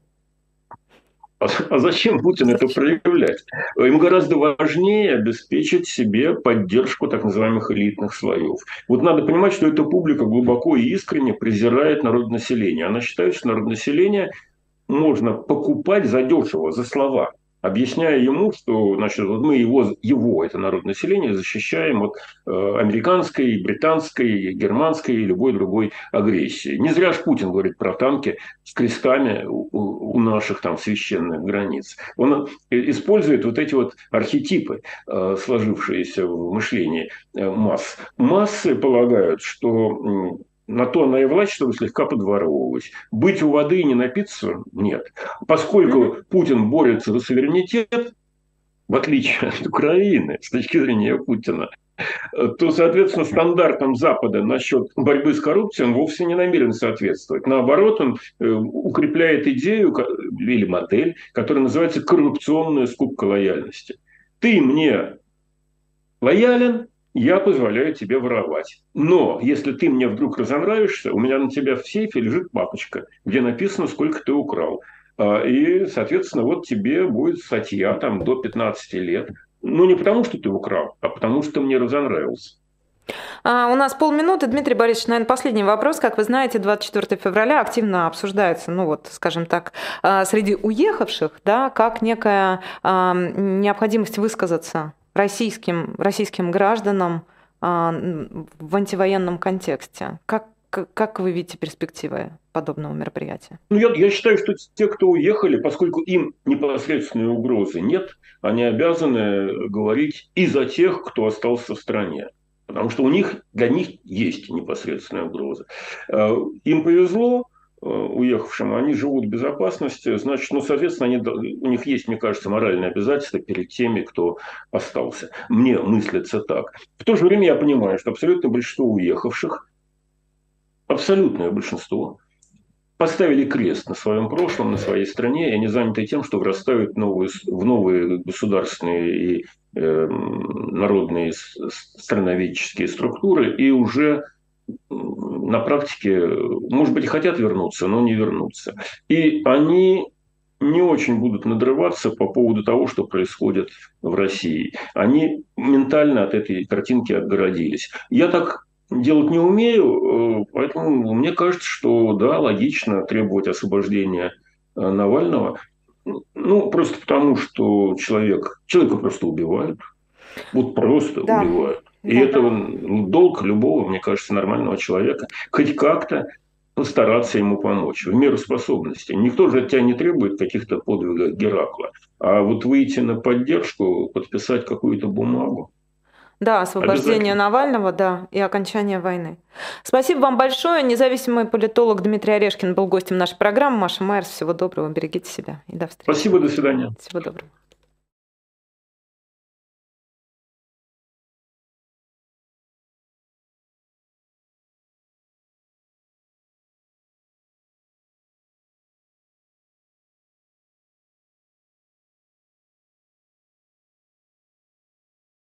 А а зачем Путин это Зачем? проявлять? Им гораздо важнее обеспечить себе поддержку так называемых элитных слоев. Вот надо понимать, что эта публика глубоко и искренне презирает народонаселение. Она считает, что народонаселение можно покупать задешево, за слова, объясняя ему, что значит, вот мы его, его, это народное население, защищаем от э, американской, британской, германской и любой другой агрессии. Не зря ж Путин говорит про танки с крестами у, у наших там священных границ. Он использует вот эти вот архетипы, э, сложившиеся в мышлении э, масс. Массы полагают, что на то она и власть, чтобы слегка подворовывать. Быть у воды и не напиться – нет. Поскольку Мгм. Путин борется за суверенитет, в отличие от Украины, с точки зрения Путина, то, соответственно, стандартам Запада насчет борьбы с коррупцией он вовсе не намерен соответствовать. Наоборот, он э, укрепляет идею или модель, которая называется коррупционная скупка лояльности. Ты мне лоялен, я позволяю тебе воровать. Но если ты мне вдруг разонравишься, у меня на тебя в сейфе лежит папочка, где написано, сколько ты украл. А, И, соответственно, вот тебе будет статья там, до пятнадцати лет. Ну, не потому, что ты украл, а потому, что мне разонравился. А, у нас полминуты. Дмитрий Борисович, наверное, последний вопрос. Как вы знаете, двадцать четвёртого февраля активно обсуждается, ну вот, скажем так, а, среди уехавших, да, как некая а, необходимость высказаться российским, российским гражданам а, в антивоенном контексте. Как, как как вы видите перспективы подобного мероприятия? Ну, я, я считаю, что те, кто уехали, поскольку им непосредственной угрозы нет, они обязаны говорить и за тех, кто остался в стране. Потому что у них, для них есть непосредственная угроза. Э, Им повезло, уехавшим, они живут в безопасности, значит, ну, соответственно, они, у них есть, мне кажется, моральное обязательство перед теми, кто остался. Мне мыслится так. В то же время я понимаю, что абсолютное большинство уехавших, абсолютное большинство, поставили крест на своем прошлом, на своей стране, и они заняты тем, что вырастают новые, в новые государственные и э, народные страноведческие структуры, и уже на практике, может быть, и хотят вернуться, но не вернутся. И они не очень будут надрываться по поводу того, что происходит в России. Они ментально от этой картинки отгородились. Я так делать не умею, поэтому мне кажется, что да, логично требовать освобождения Навального. Ну, просто потому, что человек, человека просто убивают. Вот просто Да, убивают. И да. это долг любого, мне кажется, нормального человека. Хоть как-то постараться ему помочь в меру способностей. Никто же от тебя не требует каких-то подвигов Геракла. А вот выйти на поддержку, подписать какую-то бумагу. Да, освобождение Обязательно. Навального, да, и окончание войны. Спасибо вам большое. Независимый политолог Дмитрий Орешкин был гостем нашей программы. Маша Майерс, всего доброго, берегите себя и до встречи. Спасибо, до свидания. Всего доброго.